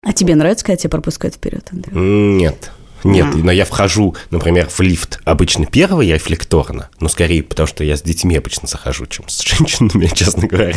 А тебе нравится, когда тебя пропускают вперед, Андрей? Нет, но я вхожу, например, в лифт обычно первый, я рефлекторно, но скорее потому, что я с детьми обычно захожу, чем с женщинами, честно говоря.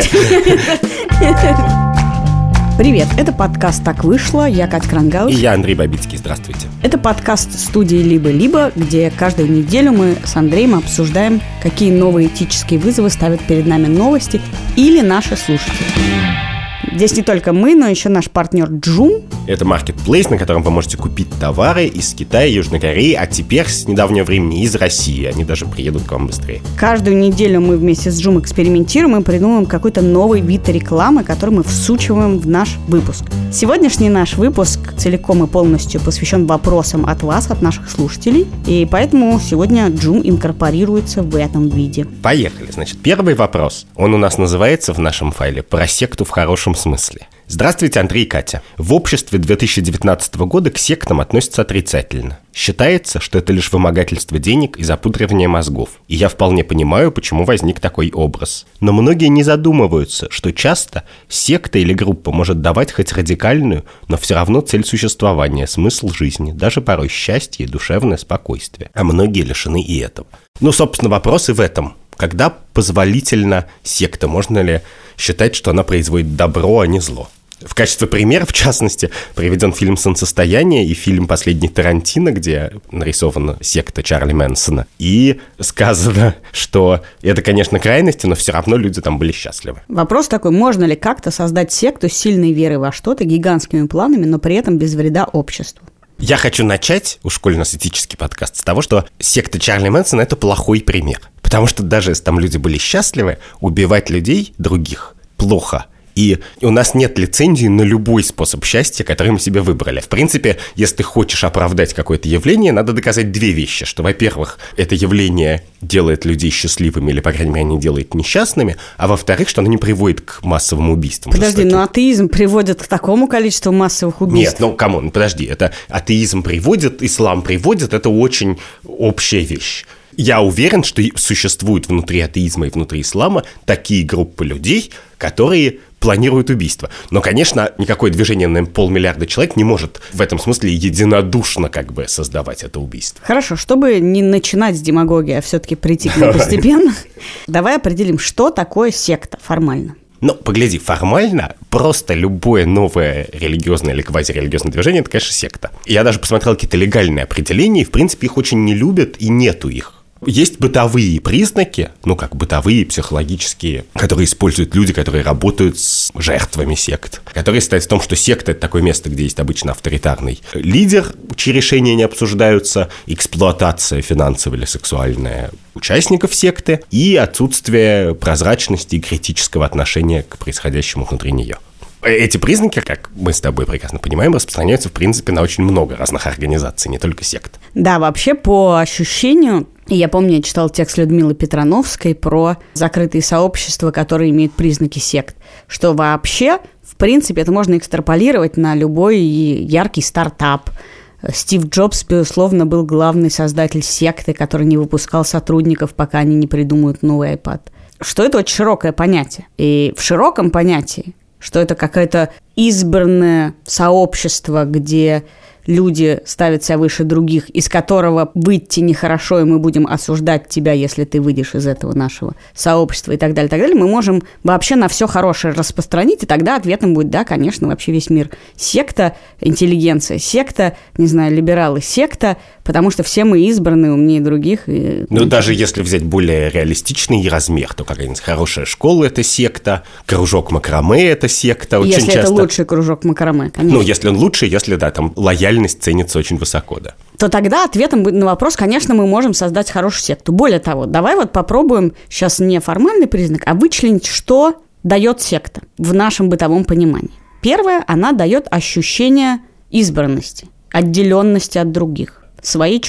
Привет, это подкаст «Так вышло», я Катя Крангаус. И я Андрей Бабицкий, здравствуйте. Это подкаст студии «Либо-либо», где каждую неделю мы с Андреем обсуждаем, какие новые этические вызовы ставят перед нами новости или наши слушатели. Здесь не только мы, но еще наш партнер Joom. Это маркетплейс, на котором вы можете купить товары из Китая, Южной Кореи, а теперь с недавнего времени из России. Они даже приедут к вам быстрее. Каждую неделю мы вместе с Joom экспериментируем и придумываем какой-то новый вид рекламы, который мы всучиваем в наш выпуск. Сегодняшний наш выпуск целиком и полностью посвящен вопросам от вас, от наших слушателей. И поэтому сегодня Joom инкорпорируется в этом виде. Поехали. Значит, первый вопрос. Он у нас называется в нашем файле «Про секту в хорошем смысле». Здравствуйте, Андрей и Катя. В обществе 2019 года к сектам относятся отрицательно. Считается, что это лишь вымогательство денег и запудривание мозгов. И я вполне понимаю, почему возник такой образ. Но многие не задумываются, что часто секта или группа может давать хоть радикальную, но все равно цель существования, смысл жизни, даже порой счастье и душевное спокойствие. А многие лишены и этого. Собственно, вопрос и в этом. Когда позволительно секта? Можно ли считать, что она производит добро, а не зло? В качестве примера, в частности, приведен фильм «Солнцестояние» и фильм «Последний Тарантино», где нарисована секта Чарли Мэнсона. И сказано, что это, конечно, крайности, но все равно люди там были счастливы. Вопрос такой, можно ли как-то создать секту с сильной верой во что-то, гигантскими планами, но при этом без вреда обществу? Я хочу начать, уж коль у нас этический подкаст, с того, что секта Чарли Мэнсона – это плохой пример. Потому что даже если там люди были счастливы, убивать людей других плохо. И у нас нет лицензии на любой способ счастья, который мы себе выбрали. В принципе, если ты хочешь оправдать какое-то явление, надо доказать две вещи. Что, во-первых, это явление делает людей счастливыми, или, по крайней мере, не делает несчастными. А во-вторых, что оно не приводит к массовым убийствам. Подожди, но атеизм приводит к такому количеству массовых убийств? Нет, камон, подожди. Это атеизм приводит, ислам приводит, это очень общая вещь. Я уверен, что существуют внутри атеизма и внутри ислама такие группы людей, которые планируют убийство. Но, конечно, никакое движение на 500 миллиарда человек не может в этом смысле единодушно создавать это убийство. Хорошо, чтобы не начинать с демагогии, а все-таки прийти к ней постепенно, давай определим, что такое секта формально. Погляди, формально просто любое новое религиозное или квазирелигиозное движение – это, конечно, секта. Я даже посмотрел какие-то легальные определения, и, в принципе, их очень не любят, и нету их. Есть бытовые признаки, бытовые, психологические, которые используют люди, которые работают с жертвами сект. Которые состоят в том, что секта – это такое место, где есть обычно авторитарный лидер, чьи решения не обсуждаются, эксплуатация финансовая или сексуальная участников секты и отсутствие прозрачности и критического отношения к происходящему внутри нее. Эти признаки, как мы с тобой прекрасно понимаем, распространяются, в принципе, на очень много разных организаций, не только сект. Да, вообще, по ощущению, я помню, я читал текст Людмилы Петрановской про закрытые сообщества, которые имеют признаки сект, что вообще, в принципе, это можно экстраполировать на любой яркий стартап. Стив Джобс, безусловно, был главный создатель секты, который не выпускал сотрудников, пока они не придумают новый iPad. Что это очень широкое понятие. И в широком понятии, что это какое-то избранное сообщество, где люди ставят себя выше других, из которого выйти нехорошо, и мы будем осуждать тебя, если ты выйдешь из этого нашего сообщества и так далее, мы можем вообще на все хорошее распространить, и тогда ответом будет, да, конечно, вообще весь мир. Секта, интеллигенция, секта, не знаю, либералы, секта, потому что все мы избранные, умнее других. Даже если взять более реалистичный размер, то какая-нибудь хорошая школа – это секта, кружок макраме – это секта. Очень если часто... это лучший кружок макраме, конечно. Если он лучший, если, да, там лояльность ценится очень высоко, да. То тогда ответом на вопрос, конечно, мы можем создать хорошую секту. Более того, давай попробуем сейчас не формальный признак, а вычленить, что дает секта в нашем бытовом понимании. Первое, она дает ощущение избранности, отделенности от других, свои чужие.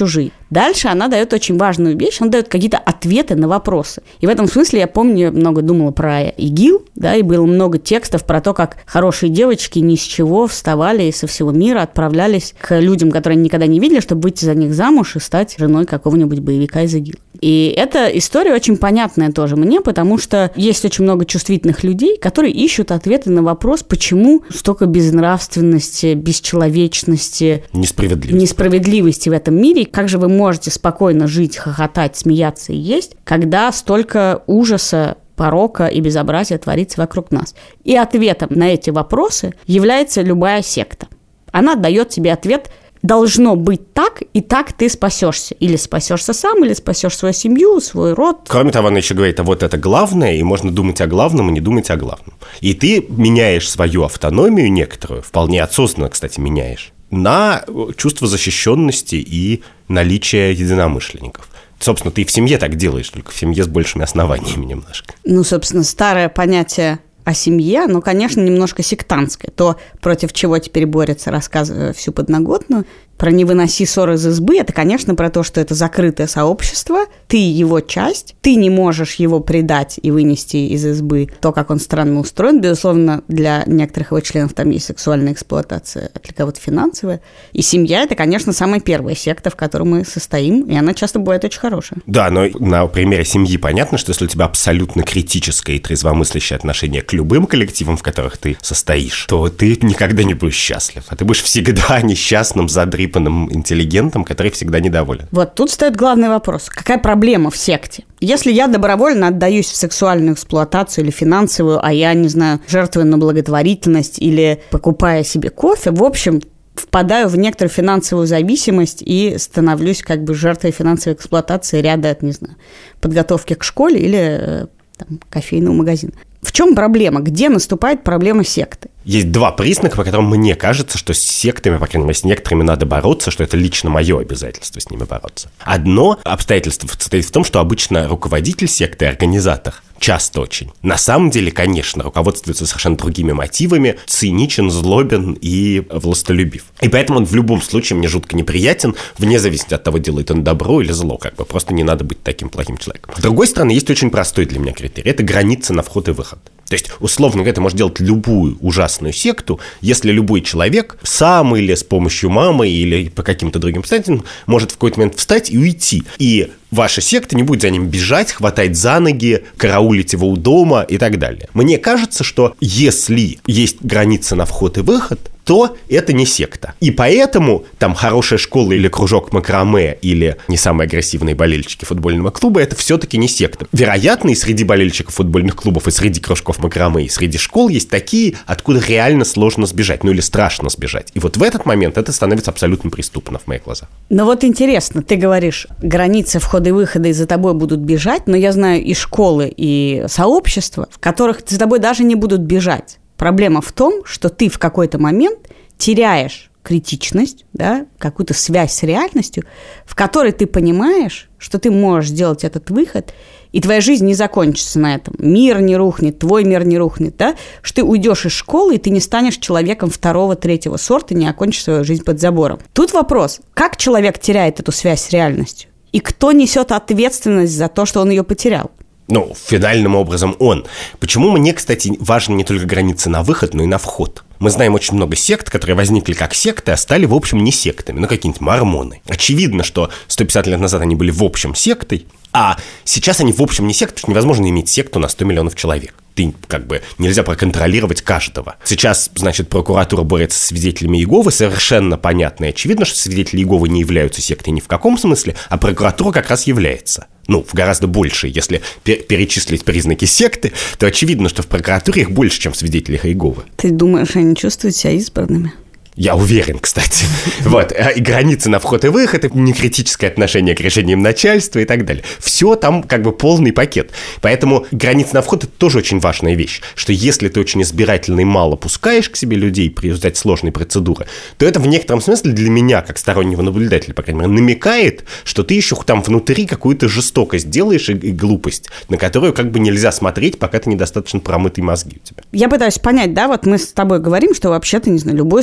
Дальше она дает очень важную вещь, она дает какие-то ответы на вопросы. И в этом смысле я помню, много думала про ИГИЛ, да, и было много текстов про то, как хорошие девочки ни с чего вставали и со всего мира отправлялись к людям, которые они никогда не видели, чтобы выйти за них замуж и стать женой какого-нибудь боевика из ИГИЛ. И эта история очень понятная тоже мне, потому что есть очень много чувствительных людей, которые ищут ответы на вопрос, почему столько безнравственности, бесчеловечности, несправедливости в этом мире, как же вы можете спокойно жить, хохотать, смеяться и есть, когда столько ужаса, порока и безобразия творится вокруг нас. И ответом на эти вопросы является любая секта. Она дает тебе ответ: должно быть так, и так ты спасешься. Или спасешься сам, или спасешь свою семью, свой род. Кроме того, она еще говорит, а вот это главное, и можно думать о главном, и не думать о главном. И ты меняешь свою автономию некоторую, вполне осознанно, кстати, меняешь, на чувство защищенности и наличие единомышленников. Собственно, ты и в семье так делаешь, только в семье с большими основаниями немножко. Ну, собственно, старое понятие о семье, ну, конечно, немножко сектантское. То, против чего теперь борется, рассказывая всю подноготную, про «не выноси ссор из избы», это, конечно, про то, что это закрытое сообщество, ты его часть, ты не можешь его предать и вынести из избы то, как он странно устроен. Безусловно, для некоторых его членов там есть сексуальная эксплуатация, а для кого-то финансовая. И семья – это, конечно, самая первая секта, в которой мы состоим, и она часто бывает очень хорошая. Да, но на примере семьи понятно, что если у тебя абсолютно критическое и трезвомыслящее отношение к любым коллективам, в которых ты состоишь, то ты никогда не будешь счастлив, а ты будешь всегда несчастным, задрипанным интеллигентом, который всегда недоволен. Вот тут стоит главный вопрос. Какая проблема в секте? Если я добровольно отдаюсь в сексуальную эксплуатацию или финансовую, а я, не знаю, жертвую на благотворительность или покупая себе кофе, в общем, впадаю в некоторую финансовую зависимость и становлюсь как бы жертвой финансовой эксплуатации ряда от, не знаю, подготовки к школе или там, кофейного магазина. В чем проблема? Где наступает проблема секты? Есть два признака, по которым мне кажется, что с сектами, по крайней мере, с некоторыми надо бороться, что это лично мое обязательство с ними бороться. Одно обстоятельство состоит в том, что обычно руководитель секты, организатор, часто очень, на самом деле, конечно, руководствуется совершенно другими мотивами, циничен, злобен и властолюбив. И поэтому он в любом случае мне жутко неприятен, вне зависимости от того, делает он добро или зло, как бы просто не надо быть таким плохим человеком. С другой стороны, есть очень простой для меня критерий – это граница на вход и выход. То есть, условно говоря, ты можешь делать любую ужасную секту, если любой человек сам или с помощью мамы или по каким-то другим обстоятельствам может в какой-то момент встать и уйти. И ваша секта не будет за ним бежать, хватать за ноги, караулить его у дома и так далее. Мне кажется, что если есть граница на вход и выход, то это не секта. И поэтому там хорошая школа или кружок макраме или не самые агрессивные болельщики футбольного клуба – это все-таки не секта. Вероятно, и среди болельщиков футбольных клубов, и среди кружков макраме, и среди школ есть такие, откуда реально сложно сбежать, ну или страшно сбежать. И вот в этот момент это становится абсолютно преступно в моих глазах. Но вот интересно, ты говоришь, границы входа и выхода, и за тобой будут бежать, но я знаю и школы, и сообщества, в которых за тобой даже не будут бежать. Проблема в том, что ты в какой-то момент теряешь критичность, да, какую-то связь с реальностью, в которой ты понимаешь, что ты можешь сделать этот выход, и твоя жизнь не закончится на этом. Мир не рухнет, твой мир не рухнет, да, что ты уйдешь из школы, и ты не станешь человеком второго, третьего сорта, не окончишь свою жизнь под забором. Тут вопрос, как человек теряет эту связь с реальностью? И кто несет ответственность за то, что он ее потерял? Ну, финальным образом он. Почему мне, кстати, важны не только границы на выход, но и на вход? Мы знаем очень много сект, которые возникли как секты, а стали, в общем, не сектами, ну, какие-нибудь мормоны. Очевидно, что 150 лет назад они были в общем сектой, а сейчас они в общем не сектой, потому что невозможно иметь секту на 100 миллионов человек. Ты, как бы, нельзя проконтролировать каждого. Сейчас, значит, прокуратура борется с свидетелями Иеговы. Совершенно понятно и очевидно, что свидетели Иеговы не являются сектой ни в каком смысле, а прокуратура как раз является. Ну, в гораздо больше. Если перечислить признаки секты, то очевидно, что в прокуратуре их больше, чем в свидетелях Иеговы. Ты думаешь, они чувствуют себя избранными? Я уверен, кстати. Вот. И границы на вход и выход, и некритическое отношение к решениям начальства и так далее. Все там как бы полный пакет. Поэтому границы на вход – это тоже очень важная вещь. Что если ты очень избирательно и мало пускаешь к себе людей при результате сложной процедуры, то это в некотором смысле для меня, как стороннего наблюдателя, по крайней мере, намекает, что ты еще там внутри какую-то жестокость делаешь и глупость, на которую как бы нельзя смотреть, пока ты недостаточно промытые мозги у тебя. Я пытаюсь понять, да, вот мы с тобой говорим, что вообще-то, не знаю, любой стартап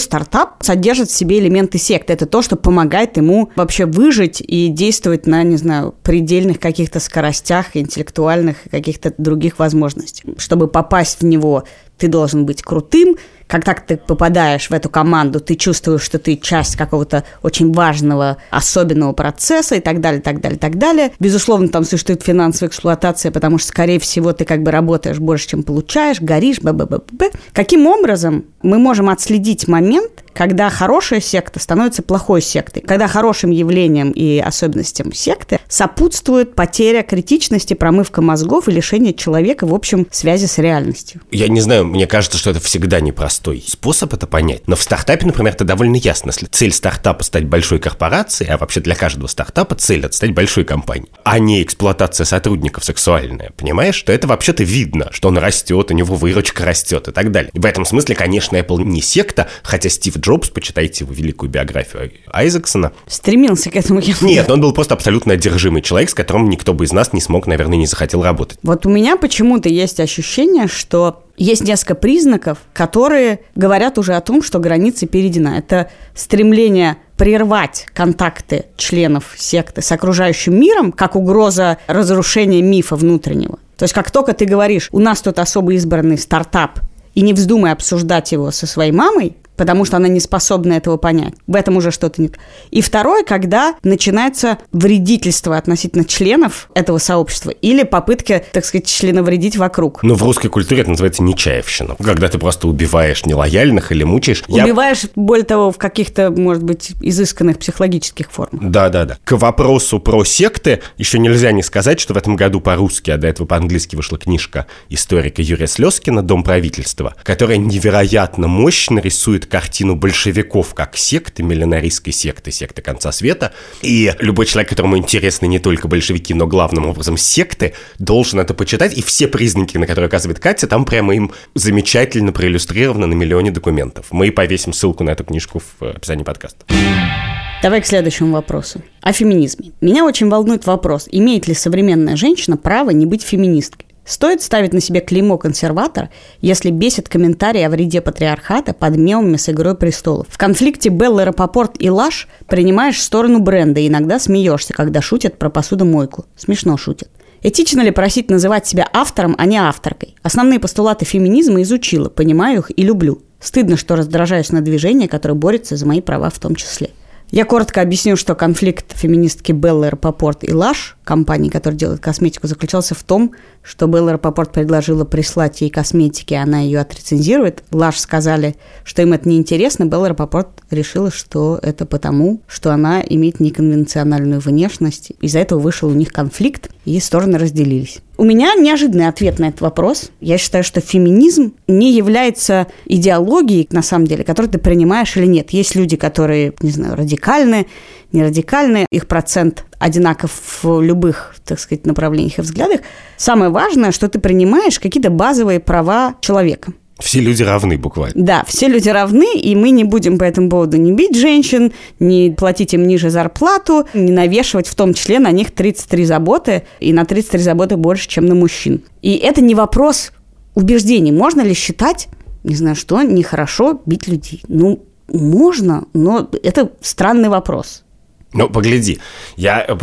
стартап содержит в себе элементы секты. Это то, что помогает ему вообще выжить и действовать на, не знаю, предельных каких-то скоростях, интеллектуальных и каких-то других возможностей. Чтобы попасть в него, ты должен быть крутым. Когда ты попадаешь в эту команду, ты чувствуешь, что ты часть какого-то очень важного, особенного процесса и так далее, так далее, так далее. Безусловно, там существует финансовая эксплуатация, потому что, скорее всего, ты как бы работаешь больше, чем получаешь, горишь, б-б-б-б. Каким образом мы можем отследить момент, когда хорошая секта становится плохой сектой, когда хорошим явлениям и особенностям секты сопутствует потеря критичности, промывка мозгов и лишение человека, в общем, связи с реальностью? Я не знаю, мне кажется, что это всегда непростой способ это понять. Но в стартапе, например, это довольно ясно. Если цель стартапа стать большой корпорацией, а вообще для каждого стартапа цель – это стать большой компанией, а не эксплуатация сотрудников сексуальная, понимаешь, что это вообще-то видно, что он растет, у него выручка растет и так далее. В этом смысле, конечно, Apple не секта, хотя Стив Джобс, почитайте его великую биографию Айзексона. Стремился к этому. Нет, он был просто абсолютно одержимый человек, с которым никто бы из нас не смог, наверное, не захотел работать. Вот у меня почему-то есть ощущение, что есть несколько признаков, которые говорят уже о том, что граница перейдена. Это стремление прервать контакты членов секты с окружающим миром, как угроза разрушения мифа внутреннего. То есть как только ты говоришь, у нас тут особо избранный стартап, и не вздумай обсуждать его со своей мамой, потому что она не способна этого понять. В этом уже что-то нет. И второе, когда начинается вредительство относительно членов этого сообщества или попытки, так сказать, членовредить вокруг. Ну, в русской культуре это называется нечаевщина. Когда ты просто убиваешь нелояльных или мучаешь. Убиваешь, более того, в каких-то, может быть, изысканных психологических формах. Да. К вопросу про секты еще нельзя не сказать, что в этом году по-русски, а до этого по-английски вышла книжка историка Юрия Слезкина «Дом правительства», которая невероятно мощно рисует картину большевиков как секты, миллинаристской секты конца света. И любой человек, которому интересны не только большевики, но главным образом секты, должен это почитать. И все признаки, на которые указывает Катя, там прямо им замечательно проиллюстрировано на миллионе документов. Мы повесим ссылку на эту книжку в описании подкаста. Давай к следующему вопросу. О феминизме. Меня очень волнует вопрос, имеет ли современная женщина право не быть феминисткой? Стоит ставить на себе клеймо консерватор, если бесит комментарии о вреде патриархата под мемами с «Игрой престолов». В конфликте Беллы Рапопорт и Лаш принимаешь сторону бренда и иногда смеешься, когда шутят про посудомойку. Смешно шутят. Этично ли просить называть себя автором, а не авторкой? Основные постулаты феминизма изучила, понимаю их и люблю. Стыдно, что раздражаюсь на движение, которое борется за мои права в том числе. Я коротко объясню, что конфликт феминистки Беллы Рапопорт и Лаш, компании, которая делает косметику, заключался в том, что Белла Рапопорт предложила прислать ей косметики, она ее отрецензирует. Лаш сказали, что им это неинтересно. Белла Рапопорт решила, что это потому, что она имеет неконвенциональную внешность. Из-за этого вышел у них конфликт, и стороны разделились. У меня неожиданный ответ на этот вопрос. Я считаю, что феминизм не является идеологией, на самом деле, которую ты принимаешь или нет. Есть люди, которые, не знаю, радикальны, не радикальны, их процент одинаков в любых, так сказать, направлениях и взглядах. Самое важное, что ты принимаешь какие-то базовые права человека. Все люди равны буквально. Да, все люди равны, и мы не будем по этому поводу не бить женщин, не платить им ниже зарплату, не навешивать в том числе на них 33 заботы, и на 33 заботы больше, чем на мужчин. И это не вопрос убеждений. Можно ли считать, не знаю что, нехорошо бить людей? Ну, можно, но это странный вопрос. Ну, погляди, я-то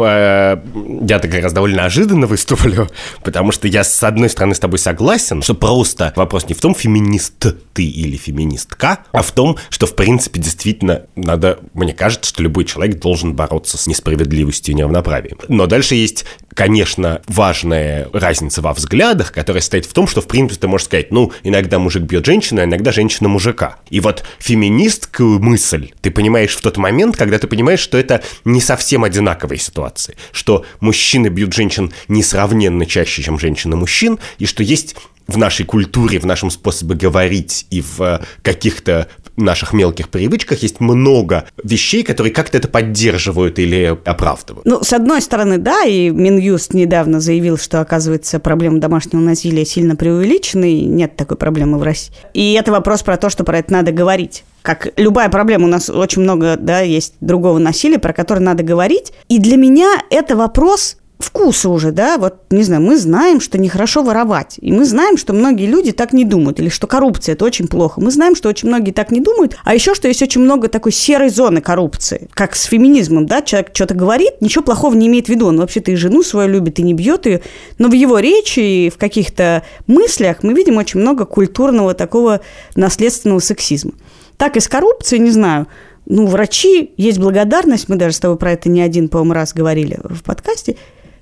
как раз довольно неожиданно выступлю, потому что я, с одной стороны, с тобой согласен, что просто вопрос не в том, феминист ты или феминистка, а в том, что, в принципе, действительно надо, мне кажется, что любой человек должен бороться с несправедливостью и неравноправием. Но дальше есть, конечно, важная разница во взглядах, которая состоит в том, что, в принципе, ты можешь сказать, ну, иногда мужик бьет женщину, а иногда женщина мужика. И вот феминистскую мысль ты понимаешь в тот момент, когда ты понимаешь, что это не совсем одинаковые ситуации, что мужчины бьют женщин несравненно чаще, чем женщины мужчин, и что есть в нашей культуре, в нашем способе говорить и в каких-то наших мелких привычках есть много вещей, которые как-то это поддерживают или оправдывают. Ну, с одной стороны, да, и Минюст недавно заявил, что, оказывается, проблема домашнего насилия сильно преувеличена, и нет такой проблемы в России. И это вопрос про то, что про это надо говорить. Как любая проблема, у нас очень много, да, есть другого насилия, про которое надо говорить. И для меня это вопрос вкусы уже, да, вот, не знаю, мы знаем, что нехорошо воровать, и мы знаем, что многие люди так не думают, или что коррупция – это очень плохо. Мы знаем, что очень многие так не думают, а еще, что есть очень много такой серой зоны коррупции, как с феминизмом, да, человек что-то говорит, ничего плохого не имеет в виду, он вообще-то и жену свою любит, и не бьет ее, но в его речи и в каких-то мыслях мы видим очень много культурного такого наследственного сексизма. Так и с коррупцией, не знаю, врачи, есть благодарность, мы даже с тобой про это не один, по-моему, раз говорили в подкасте.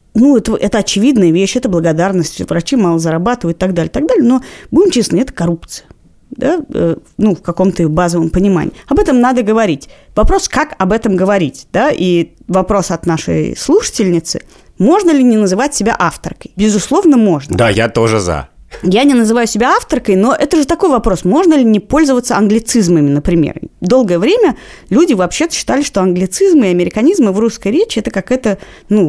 Это очевидная вещь, это благодарность, врачи мало зарабатывают и так далее, но, будем честны, это коррупция, да, в каком-то базовом понимании. Об этом надо говорить. Вопрос, как об этом говорить, да, и вопрос от нашей слушательницы, можно ли не называть себя авторкой? Безусловно, можно. Да, я тоже за. Я не называю себя авторкой, но это же такой вопрос, можно ли не пользоваться англицизмами, например. Долгое время люди вообще-то считали, что англицизмы и американизмы в русской речи – это как это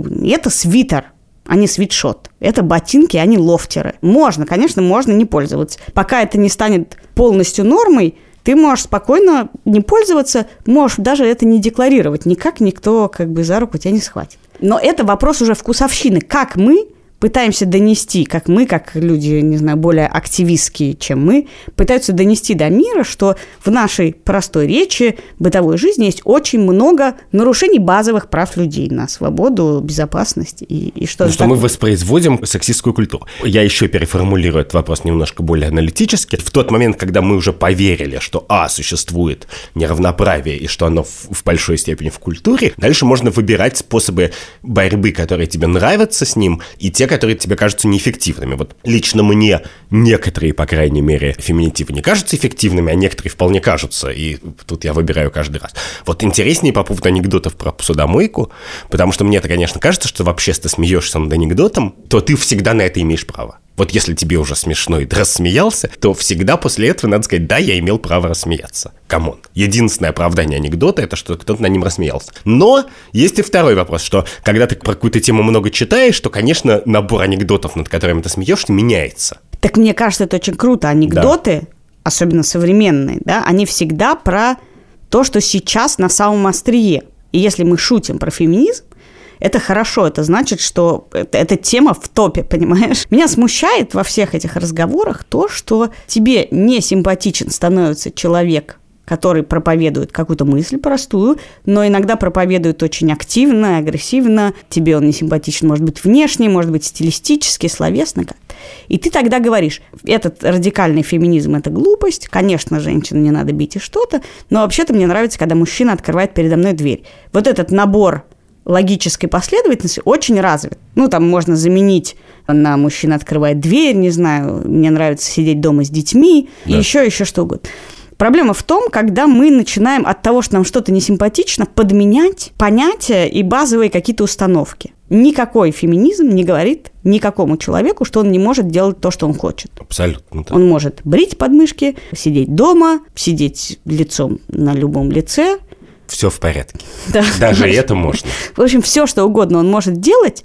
свитер, а не свитшот. Это ботинки, а не лофтеры. Конечно, можно не пользоваться. Пока это не станет полностью нормой, ты можешь спокойно не пользоваться, можешь даже это не декларировать. Никак никто за руку тебя не схватит. Но это вопрос уже вкусовщины. Как мы пытаемся донести, как люди, не знаю, более активистские, чем мы, пытаются донести до мира, что в нашей простой речи, бытовой жизни есть очень много нарушений базовых прав людей на свободу, безопасность и что-то что мы воспроизводим сексистскую культуру. Я еще переформулирую этот вопрос немножко более аналитически. В тот момент, когда мы уже поверили, что существует неравноправие и что оно в большой степени в культуре, дальше можно выбирать способы борьбы, которые тебе нравятся с ним, и те, которые тебе кажутся неэффективными. Вот лично мне некоторые, по крайней мере, феминитивы не кажутся эффективными, а некоторые вполне кажутся, и тут я выбираю каждый раз. Вот интереснее по поводу анекдотов про посудомойку, потому что мне-то, конечно, кажется, что вообще, если ты смеешься над анекдотом, то ты всегда на это имеешь право. Вот если тебе уже смешно и ты рассмеялся, то всегда после этого надо сказать: да, я имел право рассмеяться. Камон. Единственное оправдание анекдота – это что кто-то над ним рассмеялся. Но есть и второй вопрос, что когда ты про какую-то тему много читаешь, то, конечно, набор анекдотов, над которыми ты смеешься, меняется. Так мне кажется, это очень круто. Анекдоты, да, особенно современные, да, они всегда про то, что сейчас на самом острие. И если мы шутим про феминизм, это хорошо, это значит, что эта тема в топе, понимаешь? Меня смущает во всех этих разговорах то, что тебе не симпатичен становится человек, который проповедует какую-то мысль простую, но иногда проповедует очень активно, агрессивно. Тебе он не симпатичен, может быть, внешне, может быть, стилистически, словесно как-то. И ты тогда говоришь: этот радикальный феминизм – это глупость, конечно, женщин не надо бить и что-то, но вообще-то мне нравится, когда мужчина открывает передо мной дверь. Вот этот набор логической последовательности очень развит. Там можно заменить на «мужчина открывает дверь», не знаю, «мне нравится сидеть дома с детьми», да, и еще что угодно. Проблема в том, когда мы начинаем от того, что нам что-то несимпатично, подменять понятия и базовые какие-то установки. Никакой феминизм не говорит никакому человеку, что он не может делать то, что он хочет. Абсолютно. Да. Он может брить подмышки, сидеть дома, сидеть лицом на любом лице. Все в порядке. Да. Даже это можно. В общем, все, что угодно он может делать,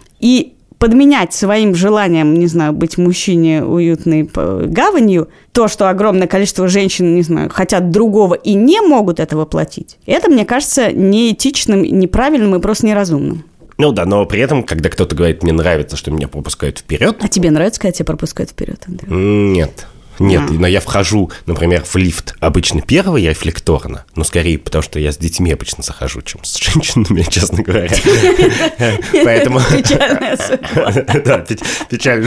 и подменять своим желанием, не знаю, быть мужчине уютной гаванью, то, что огромное количество женщин, не знаю, хотят другого и не могут это воплотить, это, мне кажется, неэтичным, неправильным и просто неразумным. Да, но при этом, когда кто-то говорит: мне нравится, что меня пропускают вперед. А тебе нравится, когда тебя пропускают вперед, Андрей? Нет. Нет, но я вхожу, например, в лифт обычно первый, рефлекторно, но скорее потому, что я с детьми обычно захожу, чем с женщинами, честно говоря. Поэтому... Печальная судьба. Да, печально.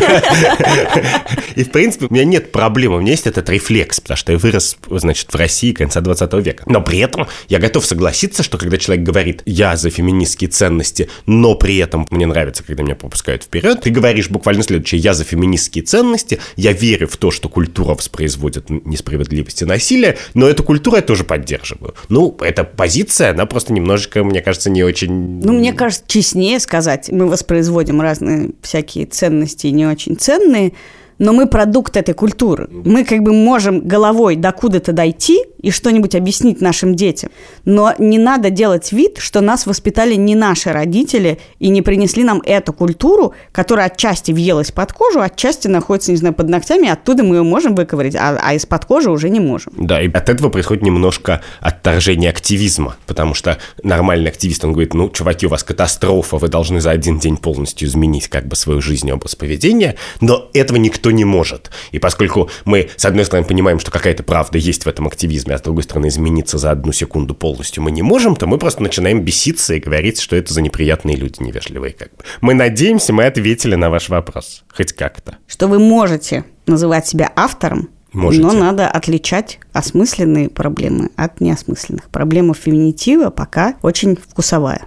И, в принципе, у меня нет проблем, у меня есть этот рефлекс, потому что я вырос, значит, в России конца 20 века. Но при этом я готов согласиться, что когда человек говорит: я за феминистские ценности, но при этом мне нравится, когда меня пропускают вперед, ты говоришь буквально следующее: я за феминистские ценности, я верю в то, что культура воспроизводит несправедливость и насилие, но эту культуру я тоже поддерживаю. Эта позиция, она просто немножечко, мне кажется, не очень... Мне кажется, честнее сказать, мы воспроизводим разные всякие ценности не очень ценные, но мы продукт этой культуры. Мы как бы можем головой докуда-то дойти и что-нибудь объяснить нашим детям. Но не надо делать вид, что нас воспитали не наши родители и не принесли нам эту культуру, которая отчасти въелась под кожу, отчасти находится, не знаю, под ногтями, и оттуда мы ее можем выковырять, а из-под кожи уже не можем. Да, и от этого происходит немножко отторжение активизма, потому что нормальный активист, он говорит, ну, чуваки, у вас катастрофа, вы должны за один день полностью изменить как бы свою жизнь и образ поведения, но этого никто не может. И поскольку мы, с одной стороны, понимаем, что какая-то правда есть в этом активизме, а с другой стороны, измениться за 1 секунду полностью мы не можем, то мы просто начинаем беситься и говорить, что это за неприятные люди невежливые как бы. Мы надеемся, мы ответили на ваш вопрос. Хоть как-то. Что вы можете называть себя автором, можете. Но надо отличать осмысленные проблемы от неосмысленных. Проблема феминитива пока очень вкусовая.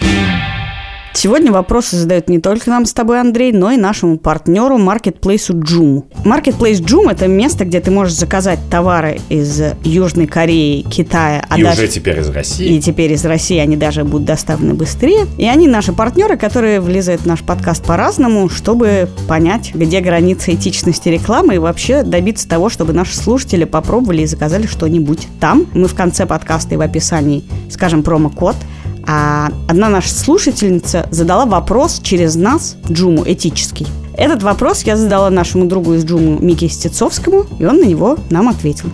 Сегодня вопросы задают не только нам с тобой, Андрей, но и нашему партнеру маркетплейсу Joom. Маркетплейс Joom – это место, где ты можешь заказать товары из Южной Кореи, Китая. И даже уже теперь из России. И теперь из России они даже будут доставлены быстрее. И они наши партнеры, которые влезают в наш подкаст по-разному, чтобы понять, где границы этичности рекламы и вообще добиться того, чтобы наши слушатели попробовали и заказали что-нибудь там. Мы в конце подкаста и в описании скажем промокод. А одна наша слушательница задала вопрос через нас Джуму этический. Этот вопрос я задала нашему другу из Джуму Мике Стецовскому, и он на него нам ответил.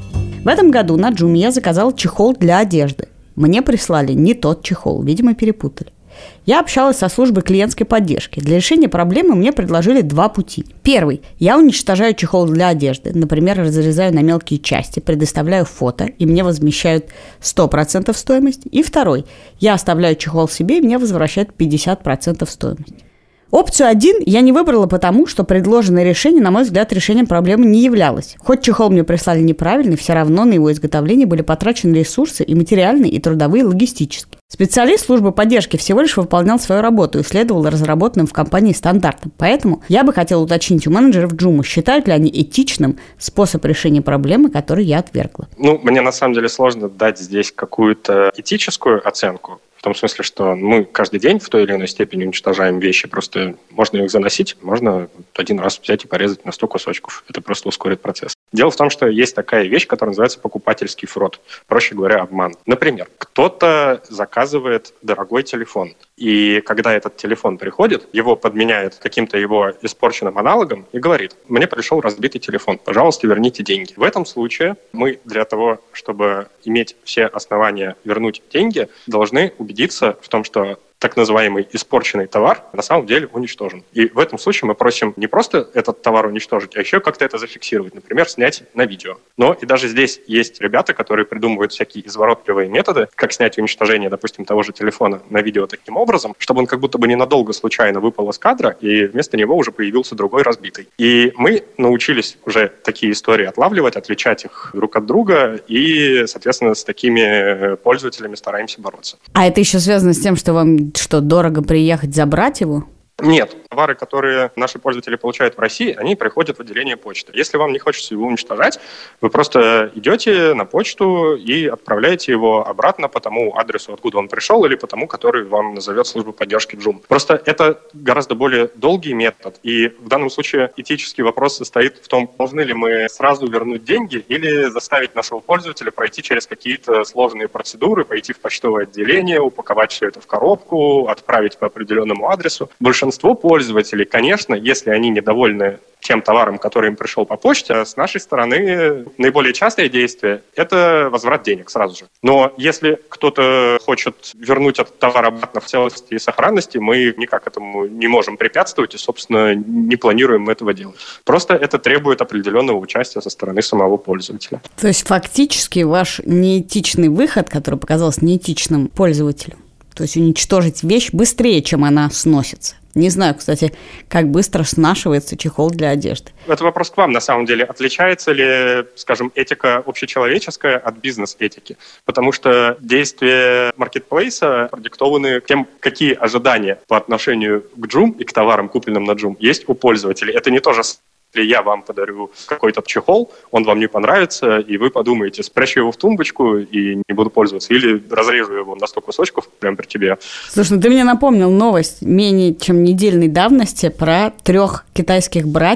В этом году на Джуме я заказала чехол для одежды. Мне прислали не тот чехол, видимо, перепутали. Я общалась со службой клиентской поддержки. Для решения проблемы мне предложили 2 пути. Первый. Я уничтожаю чехол для одежды. Например, разрезаю на мелкие части, предоставляю фото, и мне возмещают 100% стоимости. И второй. Я оставляю чехол себе, и мне возвращают 50% стоимости. Опцию 1 я не выбрала потому, что предложенное решение, на мой взгляд, решением проблемы не являлось. Хоть чехол мне прислали неправильный, все равно на его изготовление были потрачены ресурсы и материальные, и трудовые, и логистические. Специалист службы поддержки всего лишь выполнял свою работу и следовал разработанным в компании стандартам. Поэтому я бы хотела уточнить у менеджеров Joom, считают ли они этичным способ решения проблемы, который я отвергла. Мне на самом деле сложно дать здесь какую-то этическую оценку. В том смысле, что мы каждый день в той или иной степени уничтожаем вещи. Просто можно их заносить, можно один раз взять и порезать на 100 кусочков. Это просто ускорит процесс. Дело в том, что есть такая вещь, которая называется покупательский фрод. Проще говоря, обман. Например, кто-то заказывает дорогой телефон. И когда этот телефон приходит, его подменяет каким-то его испорченным аналогом и говорит: мне пришел разбитый телефон, пожалуйста, верните деньги. В этом случае мы для того, чтобы иметь все основания вернуть деньги, должны убедиться в том, что так называемый испорченный товар на самом деле уничтожен. И в этом случае мы просим не просто этот товар уничтожить, а еще как-то это зафиксировать, например, снять на видео. Но и даже здесь есть ребята, которые придумывают всякие изворотливые методы, как снять уничтожение, допустим, того же телефона на видео таким образом, чтобы он как будто бы ненадолго случайно выпал из кадра, и вместо него уже появился другой разбитый. И мы научились уже такие истории отлавливать, отличать их друг от друга, и, соответственно, с такими пользователями стараемся бороться. А это еще связано с тем, что вам дорого приехать забрать его? Нет. Товары, которые наши пользователи получают в России, они приходят в отделение почты. Если вам не хочется его уничтожать, вы просто идете на почту и отправляете его обратно по тому адресу, откуда он пришел, или по тому, который вам назовет служба поддержки Joom. Просто это гораздо более долгий метод. И в данном случае этический вопрос состоит в том, должны ли мы сразу вернуть деньги или заставить нашего пользователя пройти через какие-то сложные процедуры, пойти в почтовое отделение, упаковать все это в коробку, отправить по определенному адресу. Большинство пользователей, конечно, если они недовольны тем товаром, который им пришел по почте, с нашей стороны наиболее частое действие – это возврат денег сразу же. Но если кто-то хочет вернуть этот товар обратно в целости и сохранности, мы никак этому не можем препятствовать и, собственно, не планируем этого делать. Просто это требует определенного участия со стороны самого пользователя. То есть фактически ваш неэтичный выход, который показался неэтичным пользователю, то есть уничтожить вещь быстрее, чем она сносится. Не знаю, кстати, как быстро снашивается чехол для одежды. Это вопрос к вам, на самом деле. Отличается ли, скажем, этика общечеловеческая от бизнес-этики? Потому что действия маркетплейса продиктованы тем, какие ожидания по отношению к Joom и к товарам, купленным на Joom, есть у пользователей. Это не то же самое. Если я вам подарю какой-то чехол, он вам не понравится, и вы подумаете, спрячу его в тумбочку и не буду пользоваться, или разрежу его на 100 кусочков прямо при тебе. Слушай, ты мне напомнил новость менее чем недельной давности про 3 китайских братьев,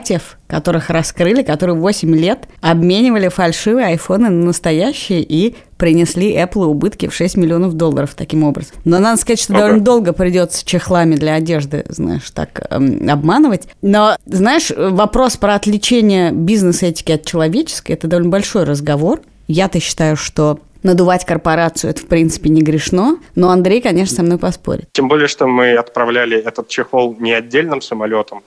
которых раскрыли, которые 8 лет обменивали фальшивые айфоны на настоящие и принесли Apple убытки в $6 миллионов таким образом. Но надо сказать, что довольно долго придется чехлами для одежды, знаешь, так обманывать. Но, знаешь, вопрос про отличение бизнес-этики от человеческой – это довольно большой разговор. Я-то считаю, что надувать корпорацию – это, в принципе, не грешно, но Андрей, конечно, со мной поспорит. Тем более, что мы отправляли этот чехол не отдельным самолетом,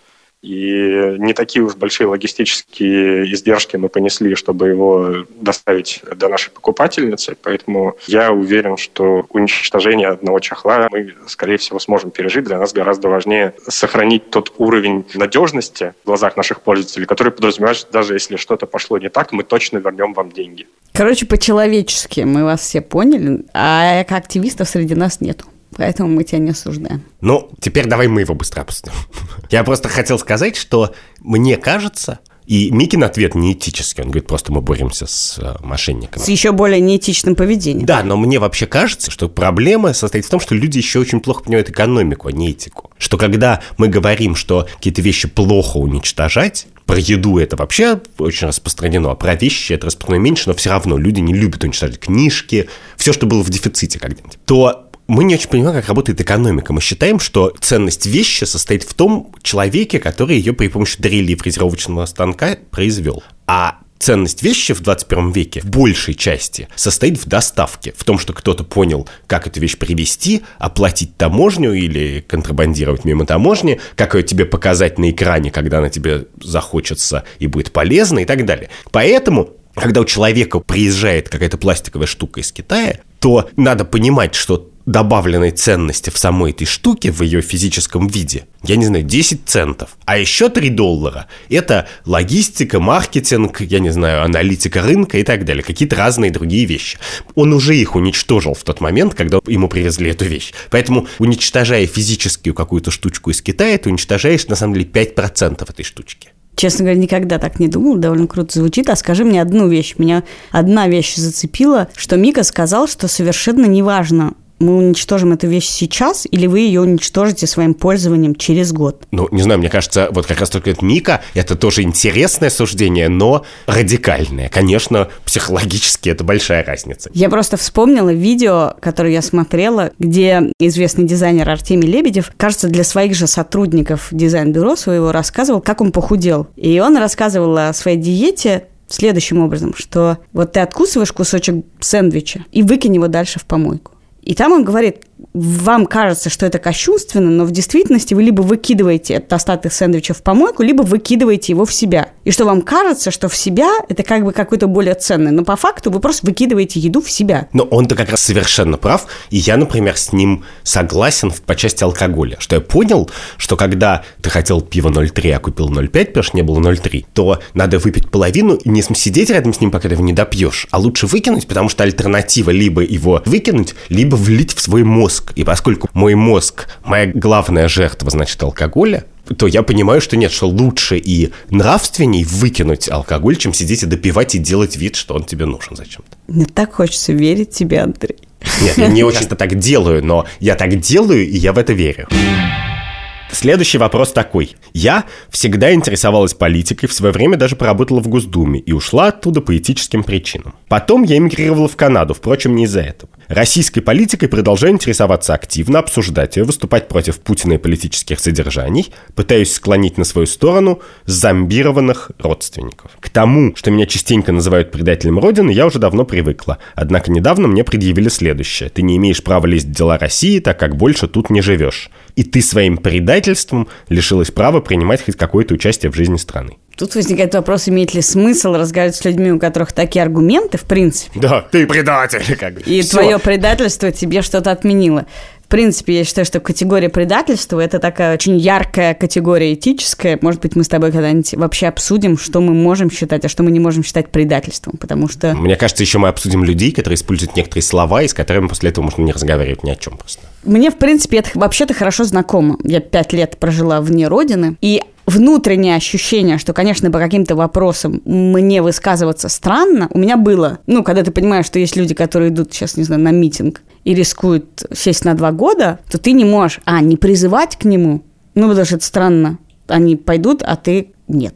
и не такие уж большие логистические издержки мы понесли, чтобы его доставить до нашей покупательницы. Поэтому я уверен, что уничтожение одного чехла мы, скорее всего, сможем пережить. Для нас гораздо важнее сохранить тот уровень надежности в глазах наших пользователей, который подразумевает, что даже если что-то пошло не так, мы точно вернем вам деньги. Короче, по-человечески мы вас все поняли, а активистов среди нас нету. Поэтому мы тебя не осуждаем. Ну, теперь давай мы его быстро обсудим. Я просто хотел сказать, что мне кажется, и Микин ответ неэтический, он говорит, просто мы боремся с мошенниками. С еще более неэтичным поведением. Да, но мне вообще кажется, что проблема состоит в том, что люди еще очень плохо понимают экономику, а не этику. Что когда мы говорим, что какие-то вещи плохо уничтожать, про еду это вообще очень распространено, а про вещи это распространено меньше, но все равно люди не любят уничтожать книжки, все, что было в дефиците когда-нибудь, то мы не очень понимаем, как работает экономика. Мы считаем, что ценность вещи состоит в том человеке, который ее при помощи дрели и фрезеровочного станка произвел. А ценность вещи в 21 веке в большей части состоит в доставке, в том, что кто-то понял, как эту вещь привезти, оплатить таможню или контрабандировать мимо таможни, как ее тебе показать на экране, когда она тебе захочется и будет полезна и так далее. Поэтому, когда у человека приезжает какая-то пластиковая штука из Китая, то надо понимать, что добавленной ценности в самой этой штуке, в ее физическом виде, я не знаю, 10 центов. А еще $3 – это логистика, маркетинг, я не знаю, аналитика рынка и так далее. Какие-то разные другие вещи. Он уже их уничтожил в тот момент, когда ему привезли эту вещь. Поэтому, уничтожая физическую какую-то штучку из Китая, ты уничтожаешь, на самом деле, 5% этой штучки. Честно говоря, никогда так не думала, довольно круто звучит. А скажи мне одну вещь. Меня одна вещь зацепила, что Мика сказал, что совершенно неважно, мы уничтожим эту вещь сейчас, или вы ее уничтожите своим пользованием через год? Ну, не знаю, мне кажется, вот как раз только это Мика, это тоже интересное суждение, но радикальное. Конечно, психологически это большая разница. Я просто вспомнила видео, которое я смотрела, где известный дизайнер Артемий Лебедев, кажется, для своих же сотрудников дизайн-бюро своего рассказывал, как он похудел. И он рассказывал о своей диете следующим образом, что вот ты откусываешь кусочек сэндвича и выкинь его дальше в помойку. И там он говорит, вам кажется, что это кощунственно, но в действительности вы либо выкидываете этот остаток сэндвича в помойку, либо выкидываете его в себя. И что вам кажется, что в себя это как бы какой-то более ценный, но по факту вы просто выкидываете еду в себя. Но он-то как раз совершенно прав, и я, например, с ним согласен по части алкоголя. Что я понял, что когда ты хотел пиво 0,3, а купил 0,5, потому что не было 0,3, то надо выпить половину и не сидеть рядом с ним, пока ты его не допьешь, а лучше выкинуть, потому что альтернатива либо его выкинуть, либо влить в свой мозг. И поскольку мой мозг, моя главная жертва, значит, алкоголя, то я понимаю, что нет, что лучше и нравственней выкинуть алкоголь, чем сидеть и допивать и делать вид, что он тебе нужен зачем-то. Мне так хочется верить тебе, Андрей. Нет, я не очень-то так делаю, но я так делаю, и я в это верю. Следующий вопрос такой. Я всегда интересовалась политикой, в свое время даже поработала в Госдуме и ушла оттуда по этическим причинам. Потом я эмигрировала в Канаду, впрочем, не из-за этого. Российской политикой продолжаю интересоваться активно, обсуждать ее, выступать против Путина и политических содержаний, пытаюсь склонить на свою сторону зомбированных родственников. К тому, что меня частенько называют предателем Родины, я уже давно привыкла. Однако недавно мне предъявили следующее. Ты не имеешь права лезть в дела России, так как больше тут не живешь. И ты своим предательством лишилась права принимать хоть какое-то участие в жизни страны. Тут возникает вопрос, имеет ли смысл разговаривать с людьми, у которых такие аргументы, в принципе. Да, ты предатель. Как бы. И Всё. твое предательство тебе что-то отменило. В принципе, я считаю, что категория предательства – это такая очень яркая категория этическая. Может быть, мы с тобой когда-нибудь вообще обсудим, что мы можем считать, а что мы не можем считать предательством, потому что… Мне кажется, еще мы обсудим людей, которые используют некоторые слова, и с которыми после этого можно не разговаривать ни о чем просто. Мне, в принципе, это вообще-то хорошо знакомо. Я 5 лет прожила вне родины, и внутреннее ощущение, что, конечно, по каким-то вопросам мне высказываться странно, у меня было. Ну, когда ты понимаешь, что есть люди, которые идут сейчас, не знаю, на митинг и рискуют сесть на 2 года, то ты не можешь, не призывать к нему, ну, потому что это странно. Они пойдут, а ты нет.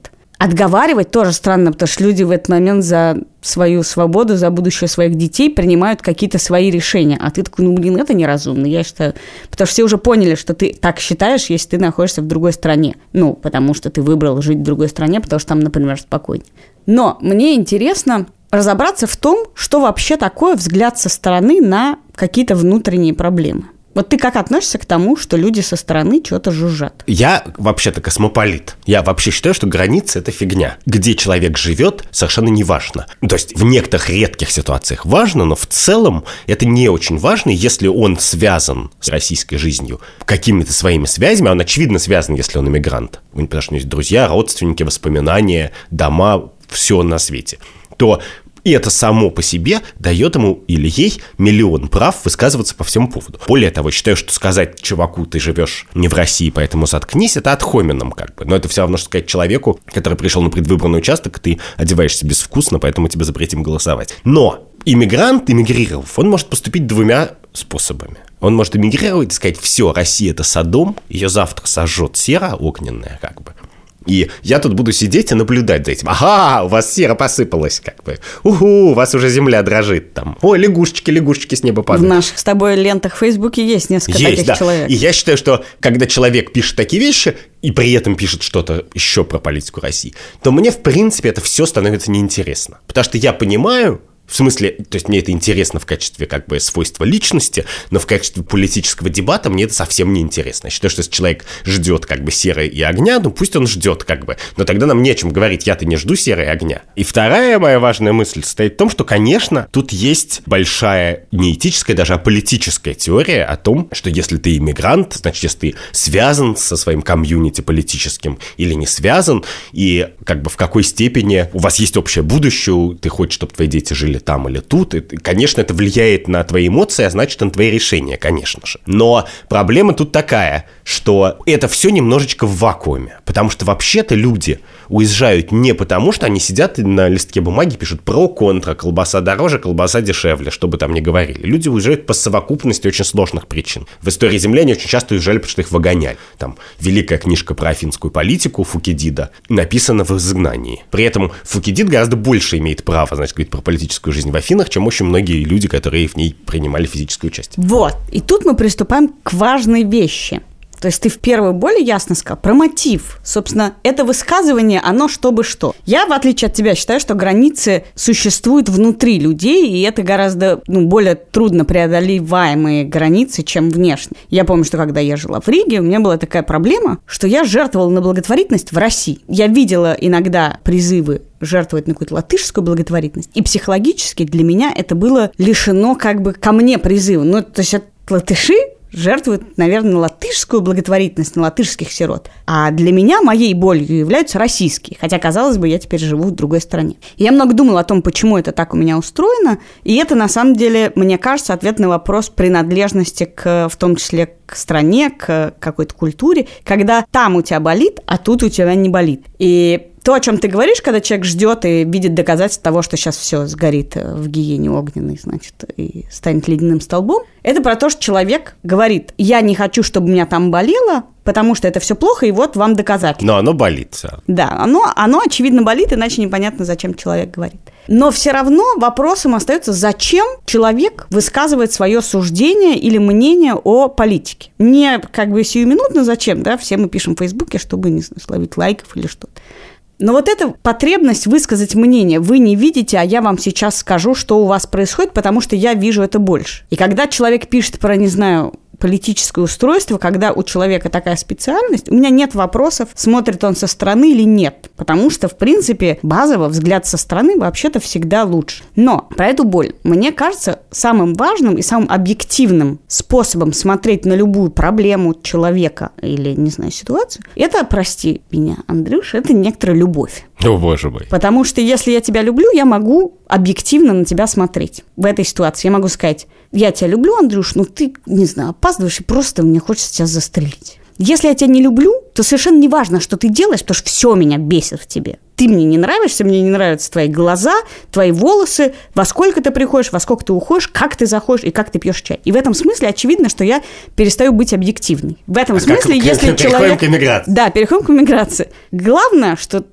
отговаривать тоже странно, потому что люди в этот момент за свою свободу, за будущее своих детей принимают какие-то свои решения. А ты такой, это неразумно, я считаю. Потому что все уже поняли, что ты так считаешь, если ты находишься в другой стране. Потому что ты выбрал жить в другой стране, потому что там, например, спокойнее. Но мне интересно разобраться в том, что вообще такое взгляд со стороны на какие-то внутренние проблемы. Вот ты как относишься к тому, что люди со стороны что-то жужжат? Я вообще-то космополит. Я вообще считаю, что границы – это фигня. Где человек живет, совершенно не важно. То есть в некоторых редких ситуациях важно, но в целом это не очень важно, если он связан с российской жизнью какими-то своими связями, а он очевидно связан, если он иммигрант. Потому что у него есть друзья, родственники, воспоминания, дома, все на свете. То и это само по себе дает ему или ей миллион прав высказываться по всему поводу. Более того, считаю, что сказать чуваку, ты живешь не в России, поэтому заткнись, это ad hominem как бы. Но это все равно, что сказать человеку, который пришел на предвыборный участок, ты одеваешься безвкусно, поэтому тебе запретим голосовать. Но иммигрант, эмигрировав, он может поступить двумя способами. Он может эмигрировать и сказать, все, Россия – это Содом, ее завтра сожжет сера огненная как бы. И я тут буду сидеть и наблюдать за этим. Ага, у вас сера посыпалась, как бы. У вас уже земля дрожит там. Ой, лягушечки с неба падают. В наших с тобой лентах в Фейсбуке есть несколько таких человек. И я считаю, что когда человек пишет такие вещи и при этом пишет что-то еще про политику России, то мне, в принципе, это все становится неинтересно. Потому что я понимаю, в смысле, то есть мне это интересно в качестве как бы свойства личности, но в качестве политического дебата мне это совсем не интересно. Я считаю, что если человек ждет как бы серы и огня, пусть он ждет как бы, но тогда нам не о чем говорить, я-то не жду серы и огня. И вторая моя важная мысль состоит в том, что, конечно, тут есть большая не этическая, даже, а политическая теория о том, что если ты иммигрант, значит, если ты связан со своим комьюнити политическим или не связан, и как бы в какой степени у вас есть общее будущее, ты хочешь, чтобы твои дети жили там или тут. И, конечно, это влияет на твои эмоции, а значит, на твои решения, конечно же. Но проблема тут такая, что это все немножечко в вакууме. Потому что вообще-то люди уезжают не потому, что они сидят и на листке бумаги пишут про-контра, колбаса дороже, колбаса дешевле, что бы там ни говорили. Люди уезжают по совокупности очень сложных причин. В истории Земли они очень часто уезжали, потому что их выгоняли. Там великая книжка про афинскую политику Фукидида написана в изгнании. При этом Фукидид гораздо больше имеет право, значит, говорить про политическую жизнь в Афинах, чем очень многие люди, которые в ней принимали физическое участие. Вот. И тут мы приступаем к важной вещи. То есть ты в первую более ясно сказал про мотив. Собственно, это высказывание, оно чтобы что. Я, в отличие от тебя, считаю, что границы существуют внутри людей, и это гораздо более трудно преодолеваемые границы, чем внешне. Я помню, что когда я жила в Риге, у меня была такая проблема, что я жертвовала на благотворительность в России. Я видела иногда призывы жертвовать на какую-то латышскую благотворительность, и психологически для меня это было лишено как бы ко мне призыва. То есть латыши жертвуют, наверное, на латышскую благотворительность, на латышских сирот. А для меня моей болью являются российские. Хотя, казалось бы, я теперь живу в другой стране. И я много думала о том, почему это так у меня устроено. И это, на самом деле, мне кажется, ответ на вопрос принадлежности в том числе к стране, к какой-то культуре, когда там у тебя болит, а тут у тебя не болит. И то, о чем ты говоришь, когда человек ждет и видит доказательства того, что сейчас все сгорит в гиене огненной, значит, и станет ледяным столбом, это про то, что человек говорит, я не хочу, чтобы у меня там болело, потому что это все плохо, и вот вам доказательства. Но оно болит. Да, оно очевидно болит, иначе непонятно, зачем человек говорит. Но все равно вопросом остается, зачем человек высказывает свое суждение или мнение о политике. Не как бы сиюминутно зачем, да, все мы пишем в Фейсбуке, чтобы, не знаю, словить лайков или что-то. Но вот эта потребность высказать мнение вы не видите, а я вам сейчас скажу, что у вас происходит, потому что я вижу это больше. И когда человек пишет про, не знаю, политическое устройство, когда у человека такая специальность, у меня нет вопросов, смотрит он со стороны или нет. Потому что, в принципе, базово взгляд со стороны вообще-то всегда лучше. Но про эту боль, мне кажется, самым важным и самым объективным способом смотреть на любую проблему человека или, не знаю, ситуацию, это, прости меня, Андрюш, это некоторая любовь. О, боже мой. Потому что если я тебя люблю, я могу объективно на тебя смотреть в этой ситуации. Я могу сказать, я тебя люблю, Андрюш, но ты, не знаю, опаздываешь, и просто мне хочется тебя застрелить. Если я тебя не люблю, то совершенно не важно, что ты делаешь, потому что все меня бесит в тебе. Ты мне не нравишься, мне не нравятся твои глаза, твои волосы, во сколько ты приходишь, во сколько ты уходишь, как ты заходишь и как ты пьешь чай. И в этом смысле очевидно, что я перестаю быть объективной. В этом смысле, если человек... Переходим к эмиграции. Да, переходим к эмиграции. Главное, что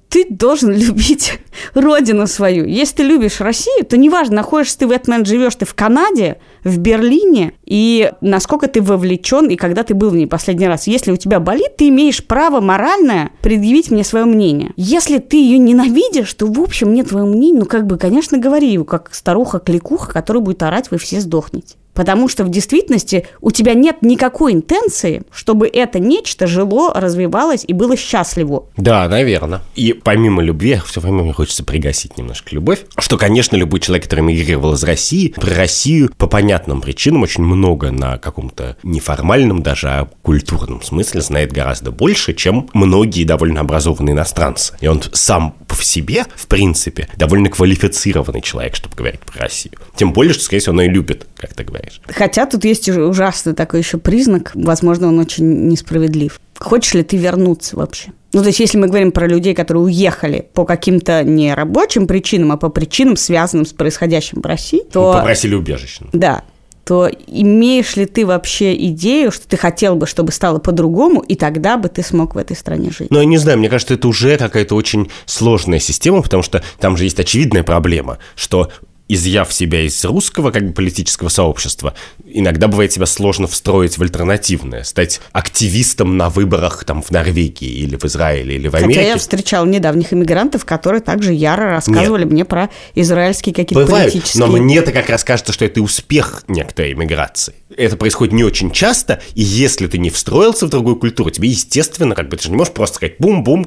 ты должен любить родину свою. Если ты любишь Россию, то неважно, находишься ты в этот момент, живешь ты в Канаде, в Берлине, и насколько ты вовлечен, и когда ты был в ней последний раз. Если у тебя болит, ты имеешь право моральное предъявить мне свое мнение. Если ты ее ненавидишь, то, в общем, мне твое мнение, конечно, говори его, как старуха-кликуха, которая будет орать, вы все сдохнете. Потому что в действительности у тебя нет никакой интенции, чтобы это нечто жило, развивалось и было счастливо. Да, наверное. И помимо любви, все время мне хочется пригасить немножко любовь, что, конечно, любой человек, который эмигрировал из России, про Россию по понятным причинам очень много на каком-то неформальном даже, а культурном смысле знает гораздо больше, чем многие довольно образованные иностранцы. И он сам по себе, в принципе, довольно квалифицированный человек, чтобы говорить про Россию. Тем более, что, скорее всего, он и любит, как ты говоришь. Хотя тут есть ужасный такой еще признак, возможно, он очень несправедлив. Хочешь ли ты вернуться вообще? То есть, если мы говорим про людей, которые уехали по каким-то не рабочим причинам, а по причинам, связанным с происходящим в России, то... Попросили убежище. Да. То имеешь ли ты вообще идею, что ты хотел бы, чтобы стало по-другому, и тогда бы ты смог в этой стране жить? Я не знаю, мне кажется, это уже какая-то очень сложная система, потому что там же есть очевидная проблема, что... изъяв себя из русского политического сообщества, иногда бывает себя сложно встроить в альтернативное, стать активистом на выборах в Норвегии или в Израиле или в Америке. Хотя я встречал недавних иммигрантов, которые также яро рассказывали мне про израильские какие-то политические... Но мне-то как раз кажется, что это успех некоторой иммиграции. Это происходит не очень часто, и если ты не встроился в другую культуру, тебе, естественно, ты же не можешь просто сказать бум-бум,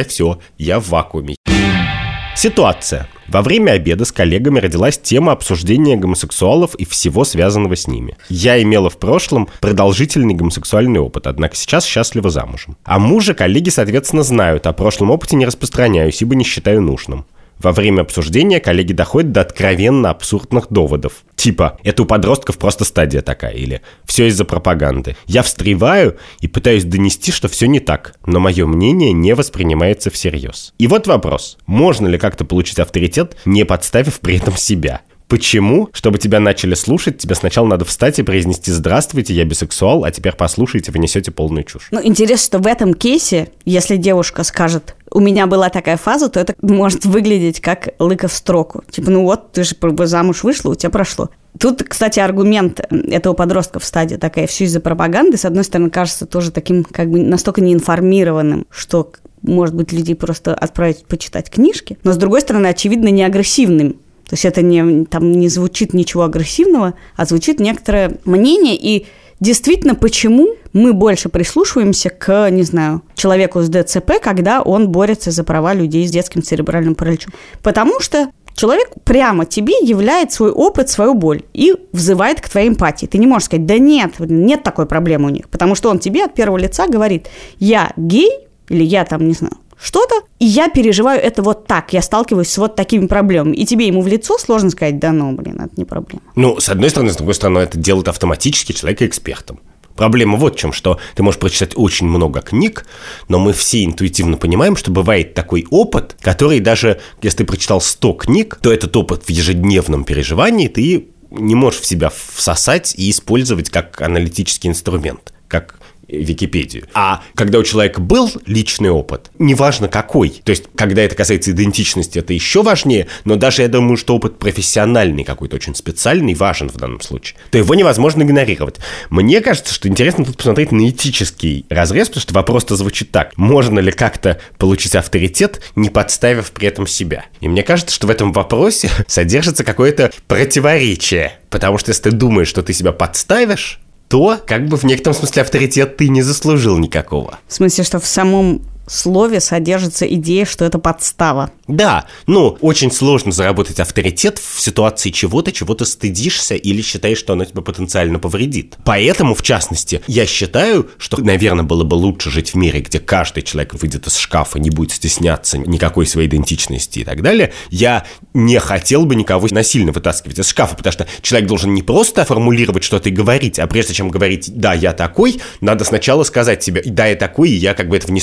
я в вакууме. Ситуация. Во время обеда с коллегами родилась тема обсуждения гомосексуалов и всего связанного с ними. Я имела в прошлом продолжительный гомосексуальный опыт, однако сейчас счастлива замужем. А мужа коллеги, соответственно, знают, о прошлом опыте не распространяюсь, ибо не считаю нужным. Во время обсуждения коллеги доходят до откровенно абсурдных доводов. Типа, это у подростков просто стадия такая, или все из-за пропаганды. Я встреваю и пытаюсь донести, что все не так, но мое мнение не воспринимается всерьез. И вот вопрос, можно ли как-то получить авторитет, не подставив при этом себя? Почему? Чтобы тебя начали слушать, тебе сначала надо встать и произнести «Здравствуйте, я бисексуал, а теперь послушайте, вы несете полную чушь». Интересно, что в этом кейсе, если девушка скажет «У меня была такая фаза», то это может выглядеть как лыка в строку. Ты же замуж вышла, у тебя прошло. Тут, кстати, аргумент этого подростка в стадии такая «все из-за пропаганды», с одной стороны, кажется тоже таким настолько неинформированным, что, может быть, людей просто отправить почитать книжки, но, с другой стороны, очевидно, не агрессивным. То есть это не звучит ничего агрессивного, а звучит некоторое мнение. И действительно, почему мы больше прислушиваемся к, человеку с ДЦП, когда он борется за права людей с детским церебральным параличом? Потому что человек прямо тебе являет свой опыт, свою боль и взывает к твоей эмпатии. Ты не можешь сказать, да нет такой проблемы у них. Потому что он тебе от первого лица говорит, я гей, или я что-то, и я переживаю это вот так, я сталкиваюсь с вот такими проблемами. И тебе ему в лицо сложно сказать, это не проблема. С одной стороны, с другой стороны, это делает автоматически человека экспертом. Проблема вот в чем, что ты можешь прочитать очень много книг, но мы все интуитивно понимаем, что бывает такой опыт, который даже, если ты прочитал 100 книг, то этот опыт в ежедневном переживании ты не можешь в себя всосать и использовать как аналитический инструмент, как Википедию. А когда у человека был личный опыт, неважно какой, то есть когда это касается идентичности, это еще важнее, но даже я думаю, что опыт профессиональный какой-то, очень специальный, важен в данном случае, то его невозможно игнорировать. Мне кажется, что интересно тут посмотреть на этический разрез, потому что вопрос-то звучит так: можно ли как-то получить авторитет, не подставив при этом себя? И мне кажется, что в этом вопросе содержится какое-то противоречие, потому что если ты думаешь, что ты себя подставишь, то в некотором смысле авторитет ты не заслужил никакого. В смысле, что в самом слове содержится идея, что это подстава. Да, очень сложно заработать авторитет в ситуации чего ты стыдишься или считаешь, что оно тебе потенциально повредит. Поэтому, в частности, я считаю, что, наверное, было бы лучше жить в мире, где каждый человек выйдет из шкафа, не будет стесняться никакой своей идентичности и так далее. Я не хотел бы никого насильно вытаскивать из шкафа, потому что человек должен не просто формулировать что-то и говорить, а прежде чем говорить «да, я такой», надо сначала сказать себе «да, я такой, и я этого не стыжусь».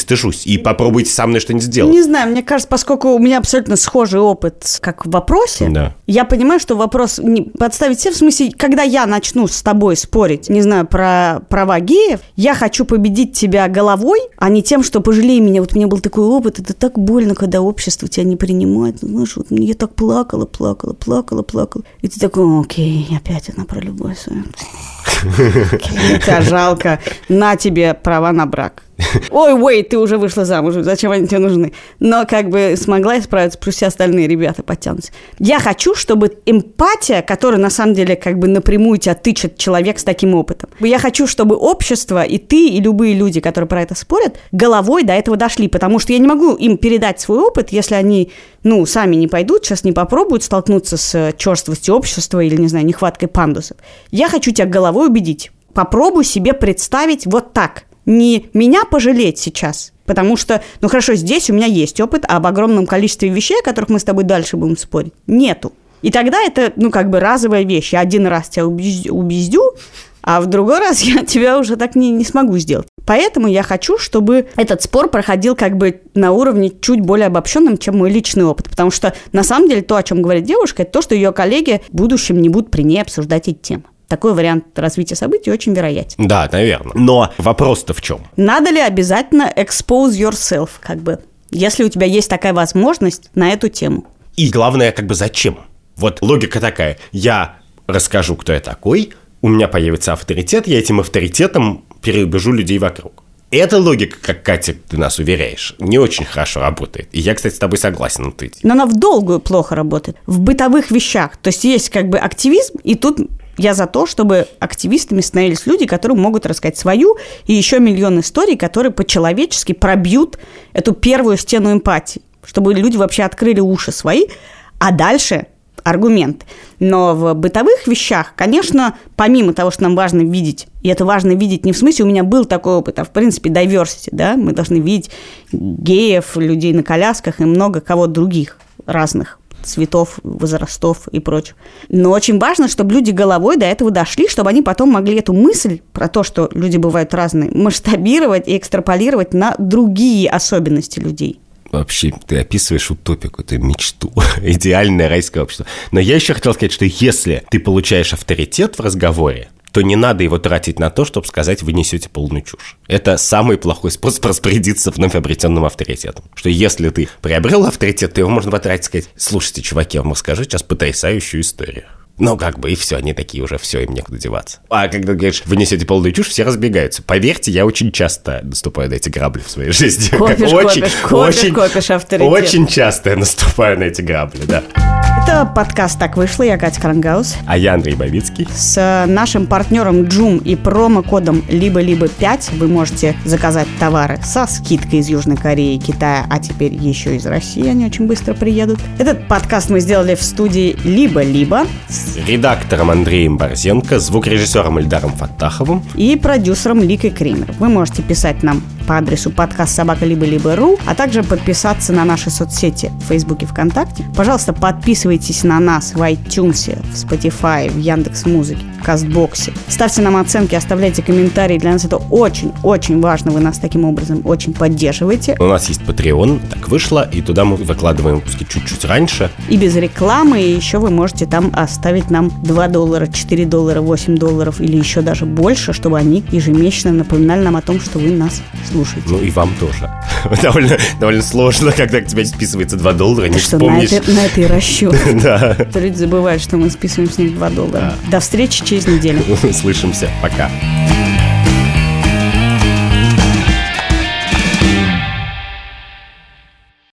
и попробуйте со мной что-нибудь сделать. Не знаю, мне кажется, поскольку у меня абсолютно схожий опыт, как в вопросе, да. Я понимаю, что вопрос не подставить себе, в смысле, когда я начну с тобой спорить, не знаю, про права геев, я хочу победить тебя головой, а не тем, что пожалей меня. Вот у меня был такой опыт, это так больно, когда общество тебя не принимает. Ну, знаешь, вот я так плакала. И ты такой, окей, опять она про любовь свою. Тебя жалко, на тебе права на брак. Ой, ты уже вышла замуж, зачем они тебе нужны? Но как бы смогла исправиться, плюс все остальные ребята подтянутся. Я хочу, чтобы эмпатия, которая на самом деле как бы напрямую тебя тычет человек с таким опытом, я хочу, чтобы общество и ты, и любые люди, которые про это спорят, головой до этого дошли, потому что я не могу им передать свой опыт, если они, сами не пойдут, сейчас не попробуют столкнуться с черствостью общества или, не знаю, нехваткой пандусов. Я хочу тебя головой убедить. Попробуй себе представить вот так. Не меня пожалеть сейчас, потому что, хорошо, здесь у меня есть опыт, а об огромном количестве вещей, о которых мы с тобой дальше будем спорить, нету. И тогда это, разовая вещь. Я один раз тебя убездю, а в другой раз я тебя уже так не смогу сделать. Поэтому я хочу, чтобы этот спор проходил как бы на уровне чуть более обобщенном, чем мой личный опыт. Потому что, на самом деле, то, о чем говорит девушка, это то, что ее коллеги в будущем не будут при ней обсуждать эти темы. Такой вариант развития событий очень вероятен. Да, наверное. Но вопрос-то в чем? Надо ли обязательно expose yourself, если у тебя есть такая возможность на эту тему? И главное, зачем? Вот логика такая. Я расскажу, кто я такой, у меня появится авторитет, я этим авторитетом переубежу людей вокруг. Эта логика, как, Катя, ты нас уверяешь, не очень хорошо работает. И я, кстати, с тобой согласен. Но она в долгую плохо работает. В бытовых вещах. То есть есть активизм, и тут... Я за то, чтобы активистами становились люди, которые могут рассказать свою и еще миллион историй, которые по-человечески пробьют эту первую стену эмпатии, чтобы люди вообще открыли уши свои, а дальше аргументы. Но в бытовых вещах, конечно, помимо того, что нам важно видеть, и это важно видеть не в смысле «у меня был такой опыт», а в принципе diversity, да, мы должны видеть геев, людей на колясках и много кого других разных цветов, возрастов и прочего. Но очень важно, чтобы люди головой до этого дошли, чтобы они потом могли эту мысль про то, что люди бывают разные, масштабировать и экстраполировать на другие особенности людей. Вообще, ты описываешь утопию, какую-то мечту, идеальное райское общество. Но я еще хотел сказать, что если ты получаешь авторитет в разговоре, то не надо его тратить на то, чтобы сказать, вы несете полную чушь. Это самый плохой способ распорядиться вновь обретенным авторитетом. Что если ты приобрел авторитет, то его можно потратить и сказать: слушайте, чуваки, я вам расскажу сейчас потрясающую историю. И все, они такие уже, все, им некуда деваться. А когда говоришь, вы несете полную чушь, все разбегаются. Поверьте, я очень часто наступаю на эти грабли в своей жизни. Копишь авторитет. Очень часто я наступаю на эти грабли, да. Это подкаст «Так вышло». Я Катя Крангаус. А я Андрей Бабицкий. С нашим партнером Joom и промокодом «Либо-либо5» вы можете заказать товары со скидкой из Южной Кореи и Китая, а теперь еще из России. Они очень быстро приедут. Этот подкаст мы сделали в студии «Либо-либо» с редактором Андреем Борзенко, звукорежиссером Ильдаром Фаттаховым и продюсером Ликой Кремер. Вы можете писать нам по адресу подкаст@либо-либо.ру, а также подписаться на наши соцсети в Фейсбуке, ВКонтакте. Пожалуйста, подписывайтесь на нас в iTunes, в Spotify, в Яндекс.Музыке, в Кастбоксе. Ставьте нам оценки, оставляйте комментарии. Для нас это очень-очень важно. Вы нас таким образом очень поддерживаете. У нас есть Patreon, так вышло, и туда мы выкладываем выпуски чуть-чуть раньше. И без рекламы, и еще вы можете там оставить нам $2, $4, $8 или еще даже больше, чтобы они ежемесячно напоминали нам о том, что вы нас слушаете. И вам тоже. довольно сложно, когда к тебе списывается $2, не что, вспомнишь. На это и расчет. Да. Люди забывают, что мы списываем с них $2. До встречи через неделю. Слышимся. Пока.